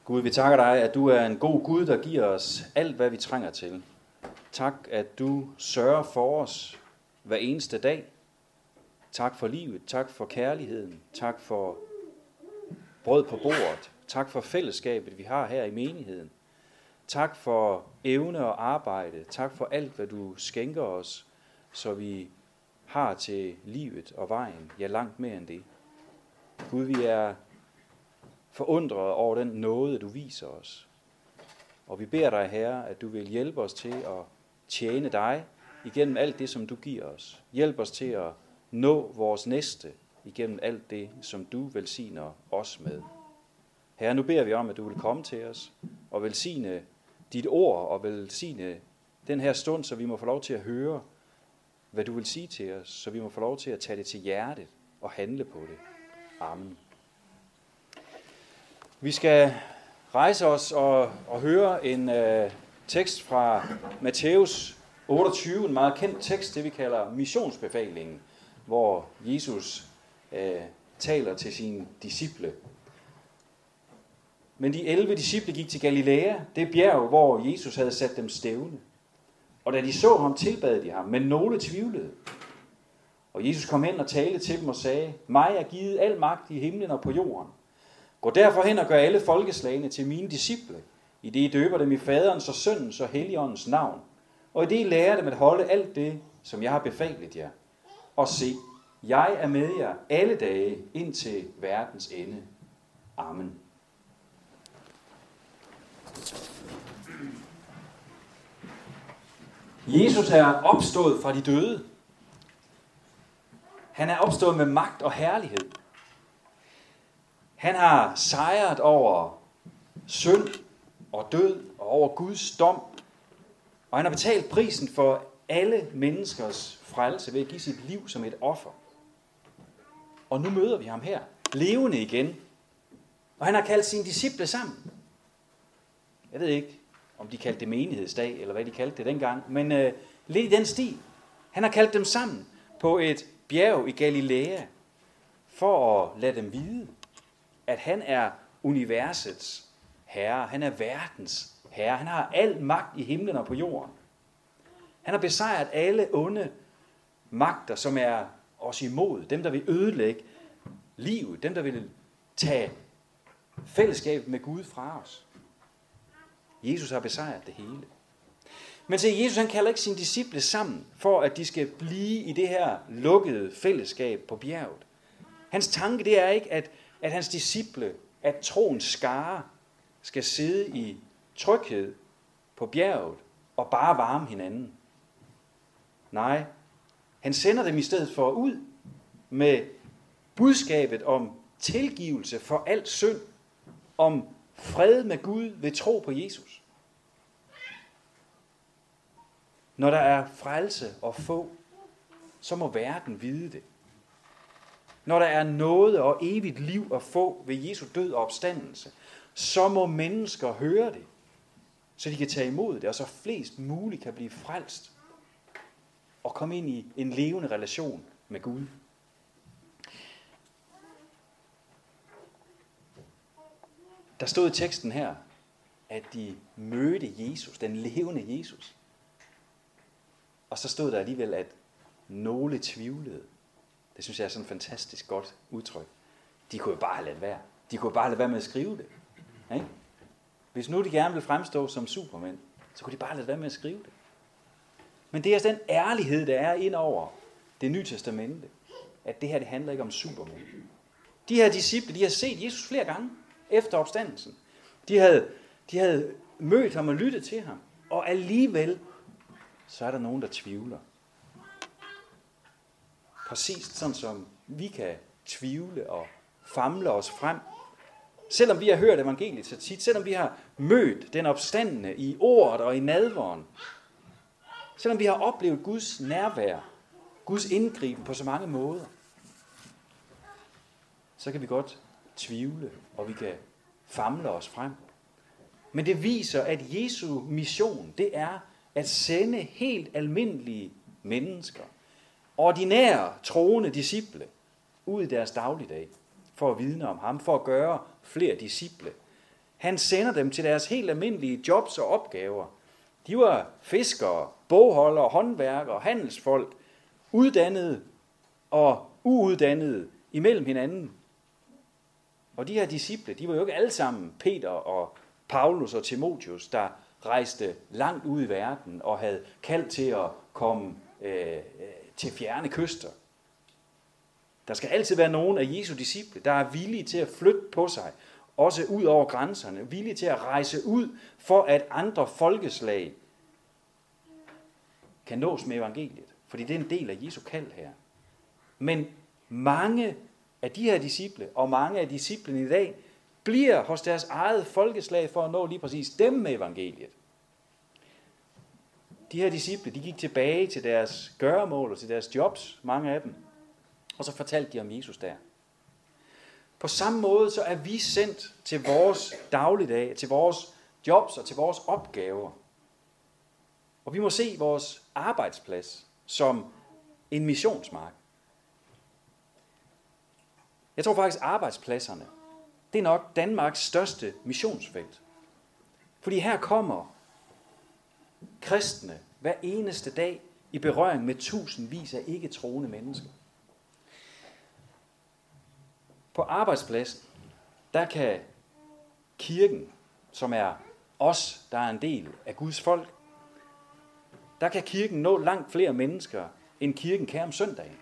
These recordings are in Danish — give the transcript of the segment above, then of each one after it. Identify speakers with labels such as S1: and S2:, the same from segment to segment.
S1: Gud, vi takker dig, at du er en god Gud, der giver os alt, hvad vi trænger til. Tak, at du sørger for os hver eneste dag. Tak for livet, tak for kærligheden, tak for brød på bordet, tak for fællesskabet, vi har her i menigheden. Tak for evne og arbejde, tak for alt, hvad du skænker os, så vi har til livet og vejen, ja langt mere end det. Gud, vi er forundret over den nåde, du viser os. Og vi beder dig, Herre, at du vil hjælpe os til at tjene dig igennem alt det, som du giver os. Hjælp os til at nå vores næste igennem alt det, som du velsigner os med. Herre, nu beder vi om, at du vil komme til os og velsigne dit ord og velsigne den her stund, så vi må få lov til at høre, hvad du vil sige til os, så vi må få lov til at tage det til hjertet og handle på det. Amen. Vi skal rejse os og høre en tekst fra Matthæus 28, en meget kendt tekst, det vi kalder missionsbefalingen, hvor Jesus taler til sine disciple. Men de 11 disciple gik til Galilea, det bjerg, hvor Jesus havde sat dem stævne. Og da de så ham, tilbad de ham, men nogle tvivlede. Og Jesus kom hen og talte til dem og sagde, mig er givet al magt i himlen og på jorden. Gå derfor hen og gør alle folkeslagene til mine disciple, i det I døber dem i faderens og søndens og helligåndens navn, og i det I lærer dem at holde alt det, som jeg har befalet jer. Og se, jeg er med jer alle dage indtil verdens ende. Amen. Jesus er opstået fra de døde. Han er opstået med magt og herlighed. Han har sejret over synd og død og over Guds dom. Og han har betalt prisen for alle menneskers frelse ved at give sit liv som et offer. Og nu møder vi ham her, levende igen. Og han har kaldt sine disciple sammen. Jeg ved ikke, om de kaldte det menighedsdag, eller hvad de kaldte det dengang, men lidt i den stil. Han har kaldt dem sammen på et bjerg i Galilea, for at lade dem vide, at han er universets herre. Han er verdens herre. Han har al magt i himlen og på jorden. Han har besejret alle onde magter, som er os imod. Dem, der vil ødelægge livet. Dem, der vil tage fællesskabet med Gud fra os. Jesus har besejret det hele. Men se, Jesus han kalder ikke sine disciple sammen, for at de skal blive i det her lukkede fællesskab på bjerget. Hans tanke det er ikke, at hans disciple, at troens skare, skal sidde i tryghed på bjerget og bare varme hinanden. Nej, han sender dem i stedet for ud med budskabet om tilgivelse for alt synd, om fred med Gud ved tro på Jesus. Når der er frelse at få, så må verden vide det. Når der er noget og evigt liv at få ved Jesu død og opstandelse, så må mennesker høre det, så de kan tage imod det, og så flest muligt kan blive frelst og komme ind i en levende relation med Gud. Der stod i teksten her, at de mødte Jesus, den levende Jesus. Og så stod der alligevel, at nogle tvivlede. Det synes jeg er sådan et fantastisk godt udtryk. De kunne jo bare have ladet være. De kunne bare lade være med at skrive det. Ikke? Hvis nu de gerne vil fremstå som supermænd, så kunne de bare lade være med at skrive det. Men det er den ærlighed, der er ind over det nye testamente. At det her, det handler ikke om supermænd. De her disciple, de har set Jesus flere gange efter opstandelsen. De havde mødt ham og lyttet til ham. Og alligevel, så er der nogen, der tvivler. Præcis sådan som vi kan tvivle og famle os frem. Selvom vi har hørt evangeliet så tit, selvom vi har mødt den opstandne i ordet og i nadveren, selvom vi har oplevet Guds nærvær, Guds indgriben på så mange måder, så kan vi godt tvivle, og vi kan famle os frem. Men det viser, at Jesu mission, det er at sende helt almindelige mennesker, ordinære, troende disciple, ud i deres dagligdag, for at vidne om ham, for at gøre flere disciple. Han sender dem til deres helt almindelige jobs og opgaver. De var fiskere, bogholdere, håndværkere, handelsfolk, uddannede og uuddannede imellem hinanden. Og de her disciple, de var jo ikke alle sammen Peter og Paulus og Timotheus, der rejste langt ud i verden og havde kaldt til at komme til fjerne kyster. Der skal altid være nogen af Jesu disciple, der er villige til at flytte på sig, også ud over grænserne, villige til at rejse ud, for at andre folkeslag kan nås med evangeliet. Fordi det er en del af Jesu kald her. Men mange af de her disciple, og mange af disciplene i dag, bliver hos deres eget folkeslag for at nå lige præcis dem med evangeliet. De her disciple, de gik tilbage til deres gøremål og til deres jobs, mange af dem, og så fortalte de om Jesus der. På samme måde så er vi sendt til vores dagligdag, til vores jobs og til vores opgaver. Og vi må se vores arbejdsplads som en missionsmark. Jeg tror faktisk, arbejdspladserne, det er nok Danmarks største missionsfelt. Fordi her kommer kristne hver eneste dag i berøring med tusindvis af ikke-troende mennesker. På arbejdspladsen, der kan kirken, som er os, der er en del af Guds folk, der kan kirken nå langt flere mennesker, end kirken kan om søndagen.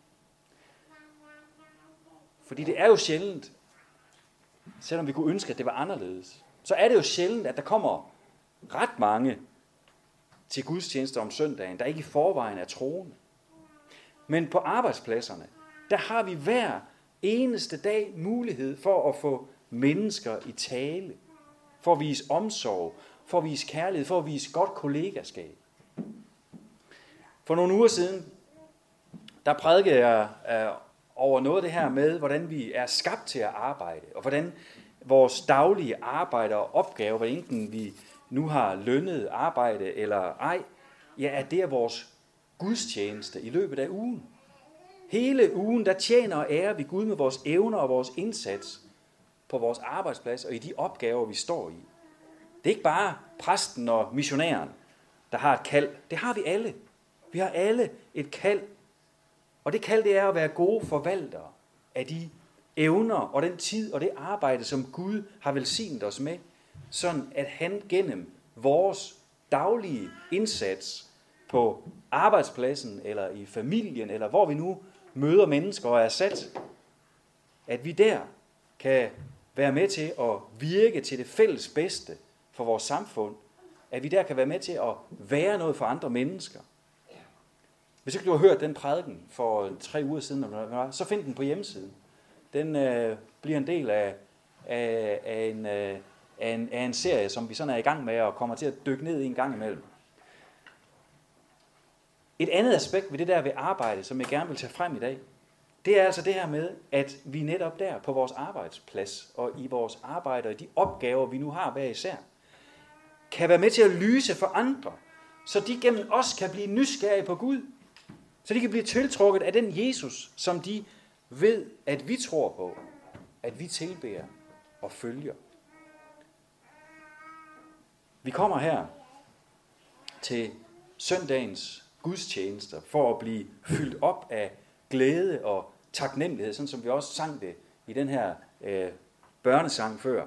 S1: Fordi det er jo sjældent, selvom vi kunne ønske, at det var anderledes, så er det jo sjældent, at der kommer ret mange til gudstjenester om søndagen, der ikke i forvejen er troende. Men på arbejdspladserne, der har vi hver eneste dag mulighed for at få mennesker i tale, for at vise omsorg, for at vise kærlighed, for at vise godt kollegaskab. For nogle uger siden, der prædikede jeg over noget af det her med, hvordan vi er skabt til at arbejde, og hvordan vores daglige arbejde og opgave, hvad enten vi nu har lønnet arbejde eller ej, ja, at det er vores gudstjeneste i løbet af ugen. Hele ugen, der tjener og ærer vi Gud med vores evner og vores indsats på vores arbejdsplads og i de opgaver, vi står i. Det er ikke bare præsten og missionæren, der har et kald. Det har vi alle. Vi har alle et kald. Og det kald, det er at være gode forvaltere af de evner og den tid og det arbejde, som Gud har velsignet os med, sådan at han gennem vores daglige indsats på arbejdspladsen eller i familien, eller hvor vi nu møder mennesker og er sat, at vi der kan være med til at virke til det fælles bedste for vores samfund, at vi der kan være med til at være noget for andre mennesker. Hvis ikke du har hørt den prædiken for 3 uger siden, så find den på hjemmesiden. Den bliver en del af en serie, som vi sådan er i gang med og kommer til at dykke ned i en gang imellem. Et andet aspekt ved det der ved arbejde, som jeg gerne vil tage frem i dag, det er altså det her med, at vi netop der på vores arbejdsplads og i vores arbejde og de opgaver, vi nu har hver især, kan være med til at lyse for andre, så de gennem os kan blive nysgerrige på Gud. Så de kan blive tiltrukket af den Jesus, som de ved, at vi tror på, at vi tilbeder og følger. Vi kommer her til søndagens gudstjenester for at blive fyldt op af glæde og taknemmelighed, sådan som vi også sang det i den her børnesang før.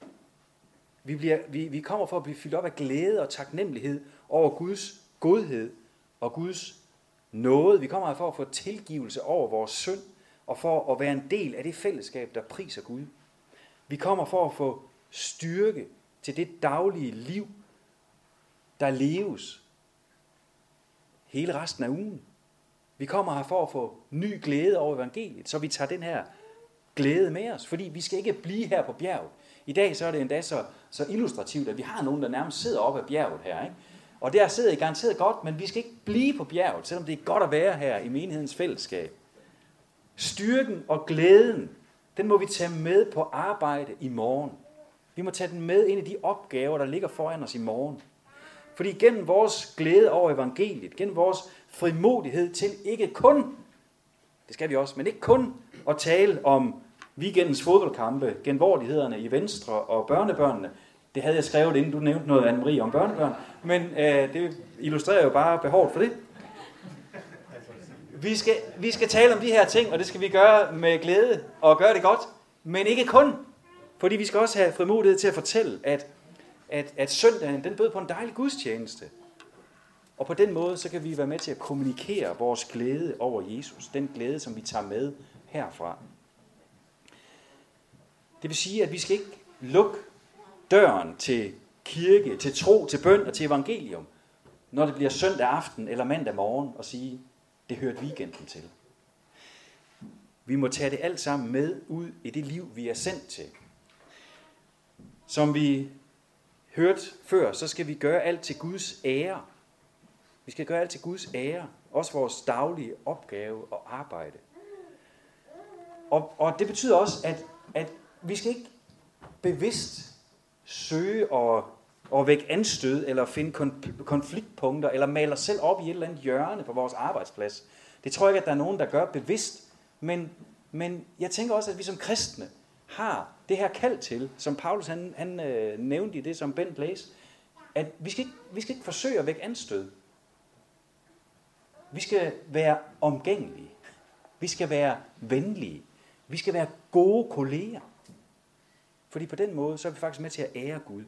S1: Vi kommer for at blive fyldt op af glæde og taknemmelighed over Guds godhed og Guds nåde. Vi kommer her for at få tilgivelse over vores synd og for at være en del af det fællesskab, der priser Gud. Vi kommer for at få styrke til det daglige liv, der leves hele resten af ugen. Vi kommer her for at få ny glæde over evangeliet, så vi tager den her glæde med os, fordi vi skal ikke blive her på bjerget. I dag så er det endda så illustrativt, at vi har nogen, der nærmest sidder oppe af bjerget her, ikke? Og der sidder I garanteret godt, men vi skal ikke blive på bjerget, selvom det er godt at være her i menighedens fællesskab. Styrken og glæden, den må vi tage med på arbejde i morgen. Vi må tage den med ind i de opgaver, der ligger foran os i morgen. Fordi gennem vores glæde over evangeliet, gennem vores frimodighed til ikke kun, det skal vi også, men ikke kun at tale om weekendens fodboldkampe, genvordighederne i Venstre og børnebørnene. Det havde jeg skrevet, inden du nævnte noget, Anne-Marie, om børnebørn. Men det illustrerer jo bare behovet for det. Vi skal tale om de her ting, og det skal vi gøre med glæde og gøre det godt. Men ikke kun. Fordi vi skal også have frimodighed til at fortælle, at søndagen, den bød på en dejlig gudstjeneste. Og på den måde, så kan vi være med til at kommunikere vores glæde over Jesus. Den glæde, som vi tager med herfra. Det vil sige, at vi skal ikke lukke døren til kirke, til tro, til bøn og til evangelium, når det bliver søndag aften eller mandag morgen, og sige, det hørte weekenden til. Vi må tage det alt sammen med ud i det liv, vi er sendt til. Som vi hørte før, så skal vi gøre alt til Guds ære. Vi skal gøre alt til Guds ære. Også vores daglige opgave og arbejde. Og det betyder også, at vi skal ikke bevidst søge og vække anstød, eller finde konfliktpunkter, eller male os selv op i et eller andet hjørne på vores arbejdsplads. Det tror jeg ikke, at der er nogen, der gør bevidst. Men jeg tænker også, at vi som kristne har det her kald til, som Paulus han nævnte i det, som Bent læste, at vi skal ikke forsøge at vække anstød. Vi skal være omgængelige. Vi skal være venlige. Vi skal være gode kolleger. Fordi på den måde, så er vi faktisk med til at ære Gud.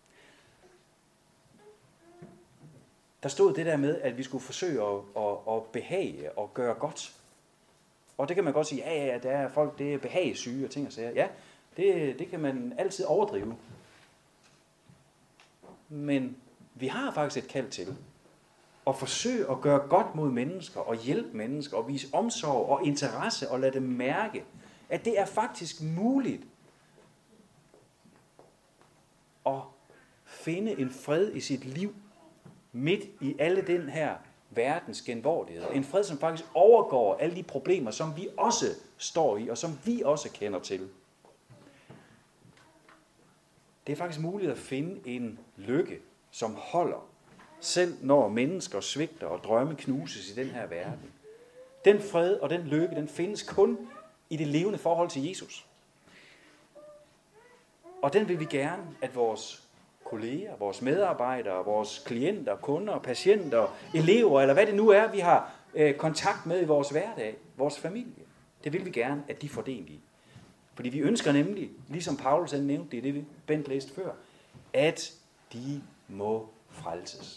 S1: Der stod det der med, at vi skulle forsøge at behage og gøre godt. Og det kan man godt sige, ja, der er folk, det er behagesyge og ting og sager. Ja, det kan man altid overdrive. Men vi har faktisk et kald til at forsøge at gøre godt mod mennesker og hjælpe mennesker og vise omsorg og interesse og lade dem mærke, at det er faktisk muligt at finde en fred i sit liv midt i alle den her verdens genvordigheder. En fred, som faktisk overgår alle de problemer, som vi også står i og som vi også kender til. Det er faktisk muligt at finde en lykke, som holder, selv når mennesker svigter og drømme knuses i den her verden. Den fred og den lykke, den findes kun i det levende forhold til Jesus. Og den vil vi gerne, at vores kolleger, vores medarbejdere, vores klienter, kunder, patienter, elever, eller hvad det nu er, vi har kontakt med i vores hverdag, vores familie. Det vil vi gerne, at de får del i. Fordi vi ønsker nemlig, ligesom Paulus nævnte det, det Bent læste før, at de må frelses.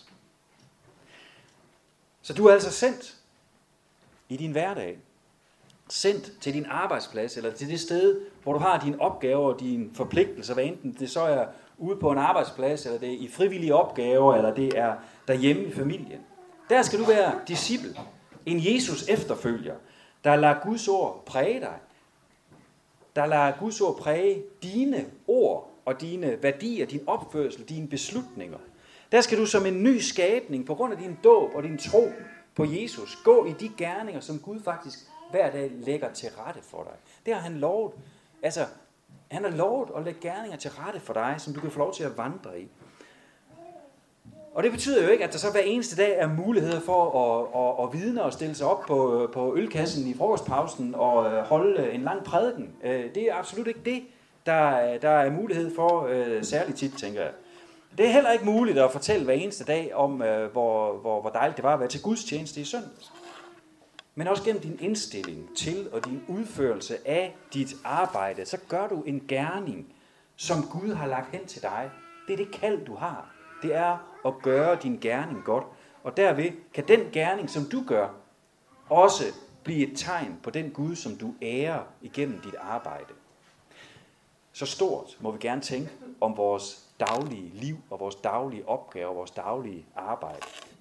S1: Så du er altså sendt i din hverdag, sendt til din arbejdsplads, eller til det sted, hvor du har dine opgaver og dine forpligtelser, hvad enten det så er ude på en arbejdsplads, eller det er i frivillige opgaver, eller det er derhjemme i familien. Der skal du være disciple, en Jesus efterfølger, der lader Guds ord præge dig, der lader Guds ord præge dine ord og dine værdier, din opførsel, dine beslutninger. Der skal du som en ny skabning, på grund af din dåb og din tro på Jesus, gå i de gerninger, som Gud faktisk hver dag lægger til rette for dig. Det har han lovet. Altså, han har lovet at lægge gerninger til rette for dig, som du kan få lov til at vandre i. Og det betyder jo ikke, at der så hver eneste dag er muligheder for at vidne og stille sig op på ølkassen i frokostpausen og holde en lang prædiken. Det er absolut ikke det, der er mulighed for særligt tit, tænker jeg. Det er heller ikke muligt at fortælle hver eneste dag om, hvor dejligt det var at være til gudstjeneste i søndags. Men også gennem din indstilling til og din udførelse af dit arbejde, så gør du en gerning, som Gud har lagt hen til dig. Det er det kald, du har. Det er at gøre din gerning godt. Og derved kan den gerning, som du gør, også blive et tegn på den Gud, som du ærer igennem dit arbejde. Så stort må vi gerne tænke om vores daglige liv og vores daglige opgaver og vores daglige arbejde.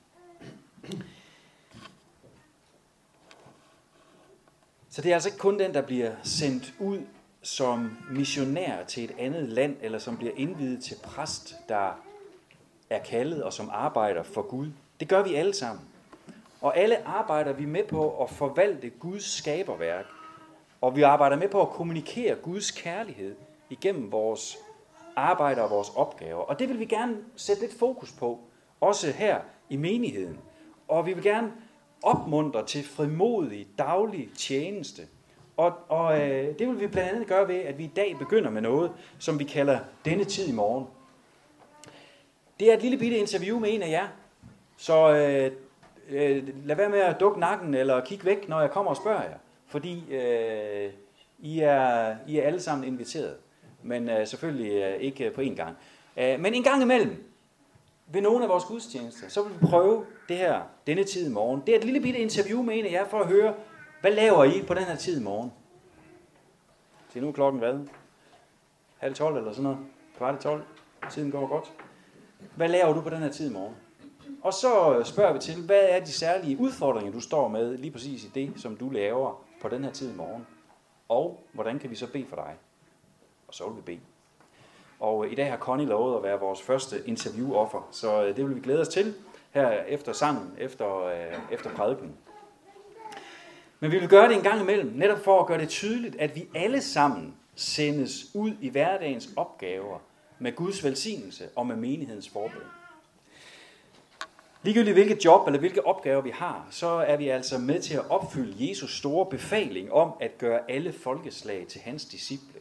S1: Så det er altså ikke kun den, der bliver sendt ud som missionær til et andet land, eller som bliver indviet til præst, der er kaldet og som arbejder for Gud. Det gør vi alle sammen. Og alle arbejder vi med på at forvalte Guds skaberværk. Og vi arbejder med på at kommunikere Guds kærlighed igennem vores arbejde og vores opgaver. Og det vil vi gerne sætte lidt fokus på, også her i menigheden. Og vi vil gerne opmuntre til frimodig daglig tjeneste Og det vil vi blandt andet gøre ved, at vi i dag begynder med noget, som vi kalder denne tid i morgen. Det er et lille bitte interview med en af jer, så lad være med at dukke nakken eller kigge væk, når jeg kommer og spørger jer. Fordi I er alle sammen inviteret, men selvfølgelig ikke på én gang. Men en gang imellem, ved nogle af vores gudstjenester, så vil vi prøve det her denne tid i morgen. Det er et lille bitte interview med en af jer for at høre, hvad laver I på den her tid i morgen? Se, nu er klokken hvad? 11:30 eller sådan noget? 11:15. Tiden går godt. Hvad laver du på den her tid i morgen? Og så spørger vi til, hvad er de særlige udfordringer, du står med lige præcis i det, som du laver på den her tid i morgen? Og hvordan kan vi så bede for dig? Og så vil vi bede. Og i dag har Connie lovet at være vores første interviewoffer, så det vil vi glæde os til her efter sangen, efter prædiken. Men vi vil gøre det en gang imellem, netop for at gøre det tydeligt, at vi alle sammen sendes ud i hverdagens opgaver med Guds velsignelse og med menighedens forbøn. Ligegyldigt hvilket job eller hvilke opgaver vi har, så er vi altså med til at opfylde Jesus store befaling om at gøre alle folkeslag til hans disciple.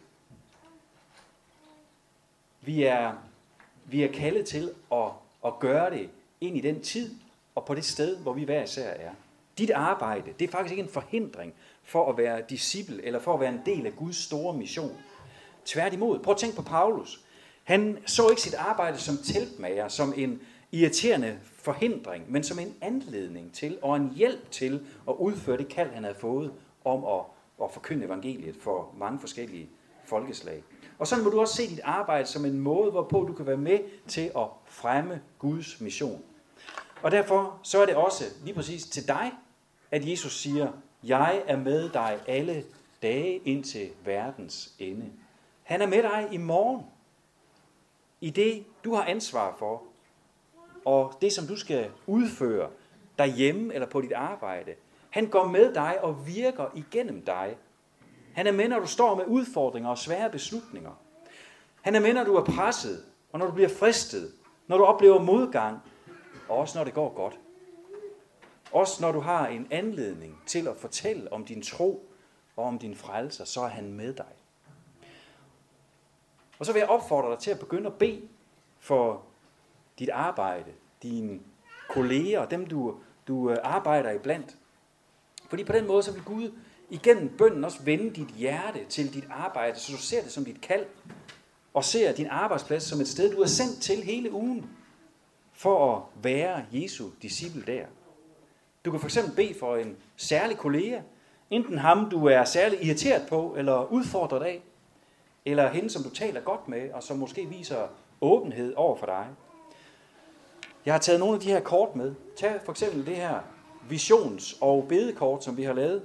S1: Vi er kaldet til at gøre det ind i den tid og på det sted, hvor vi hver især er. Dit arbejde, det er faktisk ikke en forhindring for at være disciple eller for at være en del af Guds store mission. Tværtimod, prøv at tænke på Paulus. Han så ikke sit arbejde som teltmager, som en irriterende forhindring, men som en anledning til og en hjælp til at udføre det kald, han havde fået om at forkynde evangeliet for mange forskellige folkeslag. Og sådan må du også se dit arbejde som en måde, hvorpå du kan være med til at fremme Guds mission. Og derfor så er det også lige præcis til dig, at Jesus siger, jeg er med dig alle dage indtil verdens ende. Han er med dig i morgen, i det du har ansvar for, og det som du skal udføre derhjemme eller på dit arbejde. Han går med dig og virker igennem dig. Han er med, når du står med udfordringer og svære beslutninger. Han er med, når du er presset, og når du bliver fristet, når du oplever modgang, og også når det går godt. Også når du har en anledning til at fortælle om din tro og om din frelser, så er han med dig. Og så vil jeg opfordre dig til at begynde at bede for dit arbejde, dine kolleger, dem du arbejder iblandt. Fordi på den måde så vil Gud igennem bønnen også vende dit hjerte til dit arbejde, så du ser det som dit kald, og ser din arbejdsplads som et sted, du er sendt til hele ugen, for at være Jesu disciple der. Du kan fx bede for en særlig kollega, enten ham, du er særlig irriteret på, eller udfordret af, eller hende, som du taler godt med, og som måske viser åbenhed over for dig. Jeg har taget nogle af de her kort med. Tag for eksempel det her visions- og bedekort, som vi har lavet.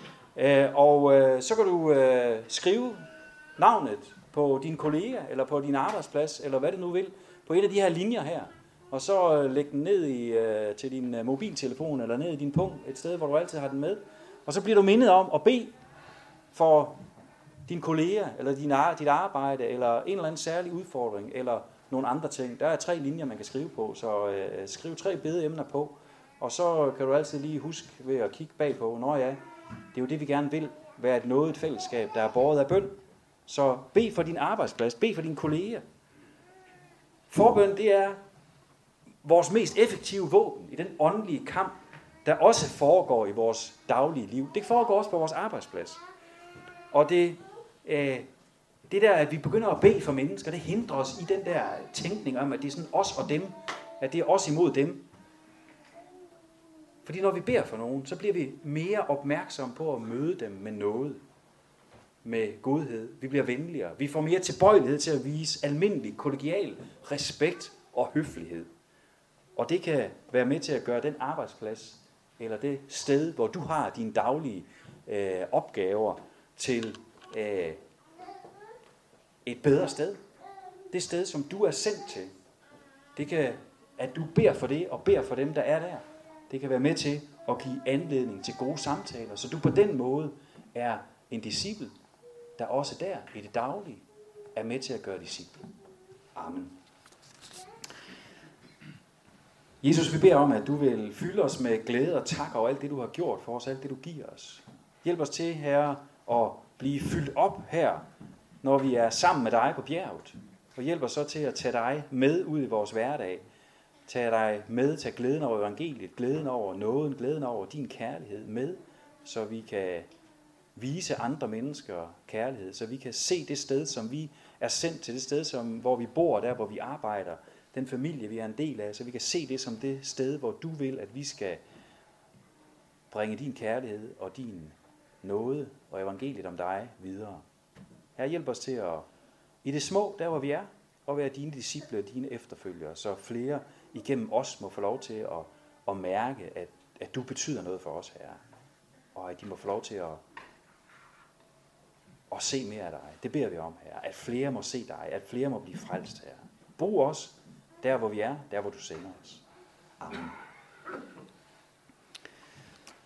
S1: Så kan du skrive navnet på din kollega, eller på din arbejdsplads, eller hvad det nu vil, på et af de her linjer her. Og så læg den ned til din mobiltelefon, eller ned i din punkt, et sted, hvor du altid har den med. Og så bliver du mindet om at bede for din kollega, eller dit arbejde, eller en eller anden særlig udfordring, eller nogle andre ting. Der er 3 linjer, man kan skrive på, så skriv 3 bedeemner på. Og så kan du altid lige huske ved at kigge bagpå, når ja, det er jo det, vi gerne vil, være et nådigt fællesskab, der er båret af bøn. Så bed for din arbejdsplads, bed for dine kolleger. Forbøn, det er vores mest effektive våben i den åndelige kamp, der også foregår i vores daglige liv. Det foregår også på vores arbejdsplads. Og det der, at vi begynder at bede for mennesker, det hindrer os i den der tænkning om, at det er sådan os og dem, at det er os imod dem. Fordi når vi beder for nogen, så bliver vi mere opmærksomme på at møde dem med noget, med godhed. Vi bliver venligere. Vi får mere tilbøjelighed til at vise almindelig, kollegial respekt og høflighed. Og det kan være med til at gøre den arbejdsplads, eller det sted, hvor du har dine daglige opgaver, til et bedre sted. Det sted, som du er sendt til. Det kan, at du beder for det, og beder for dem, der er der. Det kan være med til at give anledning til gode samtaler, så du på den måde er en disciple, der også der i det daglige er med til at gøre disciple. Amen. Jesus, vi beder om, at du vil fylde os med glæde og tak over alt det, du har gjort for os, alt det, du giver os. Hjælp os til, Herre, og blive fyldt op her, når vi er sammen med dig på bjerget. Og hjælp os så til at tage dig med ud i vores hverdag. Tag dig med, tag glæden over evangeliet, glæden over nåden, glæden over din kærlighed med, så vi kan vise andre mennesker kærlighed, så vi kan se det sted, som vi er sendt til, det sted, hvor vi bor, der hvor vi arbejder, den familie, vi er en del af, så vi kan se det som det sted, hvor du vil, at vi skal bringe din kærlighed og din nåde og evangeliet om dig videre. Her hjælp os til at, i det små, der hvor vi er, at være dine disciple og dine efterfølgere, så flere igennem os må få lov til at mærke, at du betyder noget for os, Herre. Og at de må få lov til at se mere af dig. Det beder vi om, Herre. At flere må se dig, at flere må blive frelst, Herre. Brug os der, hvor vi er, der, hvor du sender os. Amen.